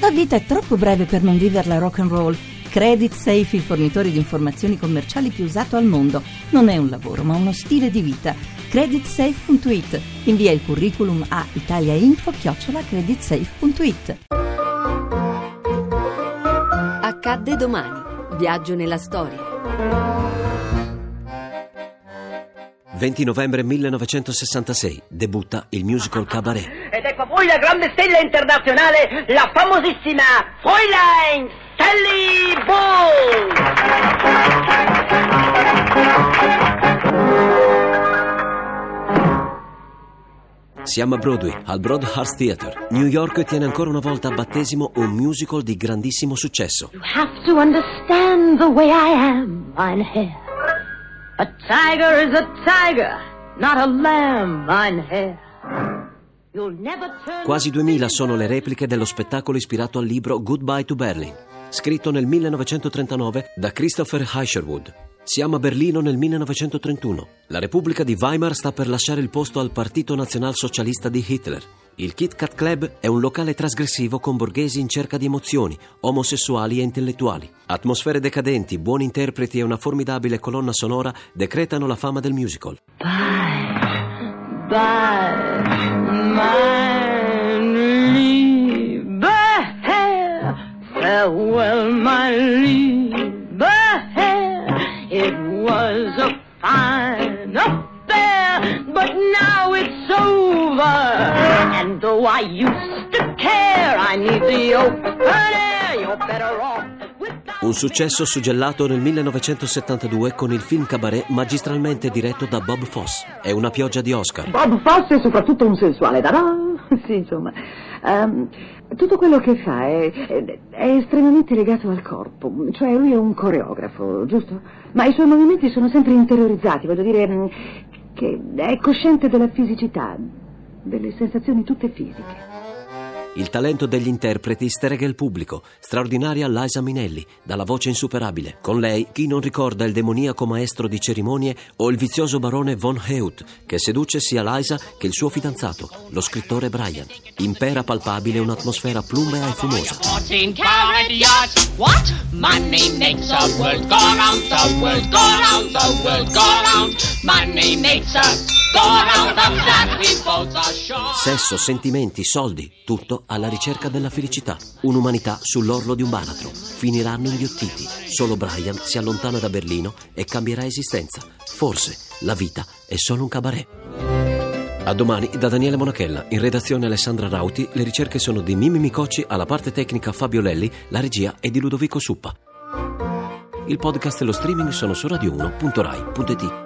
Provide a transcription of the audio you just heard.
La vita è troppo breve per non viverla rock and roll. Credit Safe, il fornitore di informazioni commerciali più usato al mondo. Non è un lavoro, ma uno stile di vita. Creditsafe.it. Invia il curriculum a italiainfo@creditsafe.it. Accadde domani. Viaggio nella storia. 20 novembre 1966 debutta il musical Cabaret. Ed ecco a voi la grande stella internazionale, la famosissima Fräulein Sally Bowles. Siamo a Broadway, al Broad Hearts Theatre. New York tiene ancora una volta a battesimo un musical di grandissimo successo. You have to understand the way I am, mein Herr. A tiger is a tiger, not a lamb, mein Herr. You'll never turn... Quasi 2000 sono le repliche dello spettacolo ispirato al libro Goodbye to Berlin, scritto nel 1939 da Christopher Isherwood. Siamo a Berlino nel 1931. La Repubblica di Weimar sta per lasciare il posto al Partito Nazionalsocialista di Hitler. Il Kit Kat Club è un locale trasgressivo con borghesi in cerca di emozioni, omosessuali e intellettuali. Atmosfere decadenti, buoni interpreti e una formidabile colonna sonora decretano la fama del musical. Bye, bye, mein lieber Herr. Farewell, mein lieber Herr. It was a fine affair, but now it's over. And though I used to care, I need the open air. You're better off. Un successo suggellato nel 1972 con il film Cabaret magistralmente diretto da Bob Fosse. È una pioggia di Oscar. Bob Fosse è soprattutto un sensuale, sì, insomma. Tutto quello che fa è estremamente legato al corpo. Cioè lui è un coreografo, giusto? Ma i suoi movimenti sono sempre interiorizzati, voglio dire che è cosciente della fisicità, delle sensazioni tutte fisiche. Il talento degli interpreti strega il pubblico. Straordinaria Liza Minnelli, dalla voce insuperabile. Con lei, chi non ricorda il demoniaco maestro di cerimonie o il vizioso barone von Heut, che seduce sia Liza che il suo fidanzato, lo scrittore Brian. Impera palpabile un'atmosfera plumbea e fumosa. 14 karat yacht. What? Money makes the world go round, the world go round, the world go round. Money makes us go round, of that we both are sure. Sesso, sentimenti, soldi, tutto alla ricerca della felicità. Un'umanità sull'orlo di un baratro. Finiranno inghiottiti. Solo Brian si allontana da Berlino e cambierà esistenza. Forse la vita è solo un cabaret. A domani da Daniele Monachella, in redazione Alessandra Rauti, le ricerche sono di Mimmi Micocci, alla parte tecnica Fabio Lelli, la regia è di Ludovico Suppa. Il podcast e lo streaming sono su radio1.rai.it.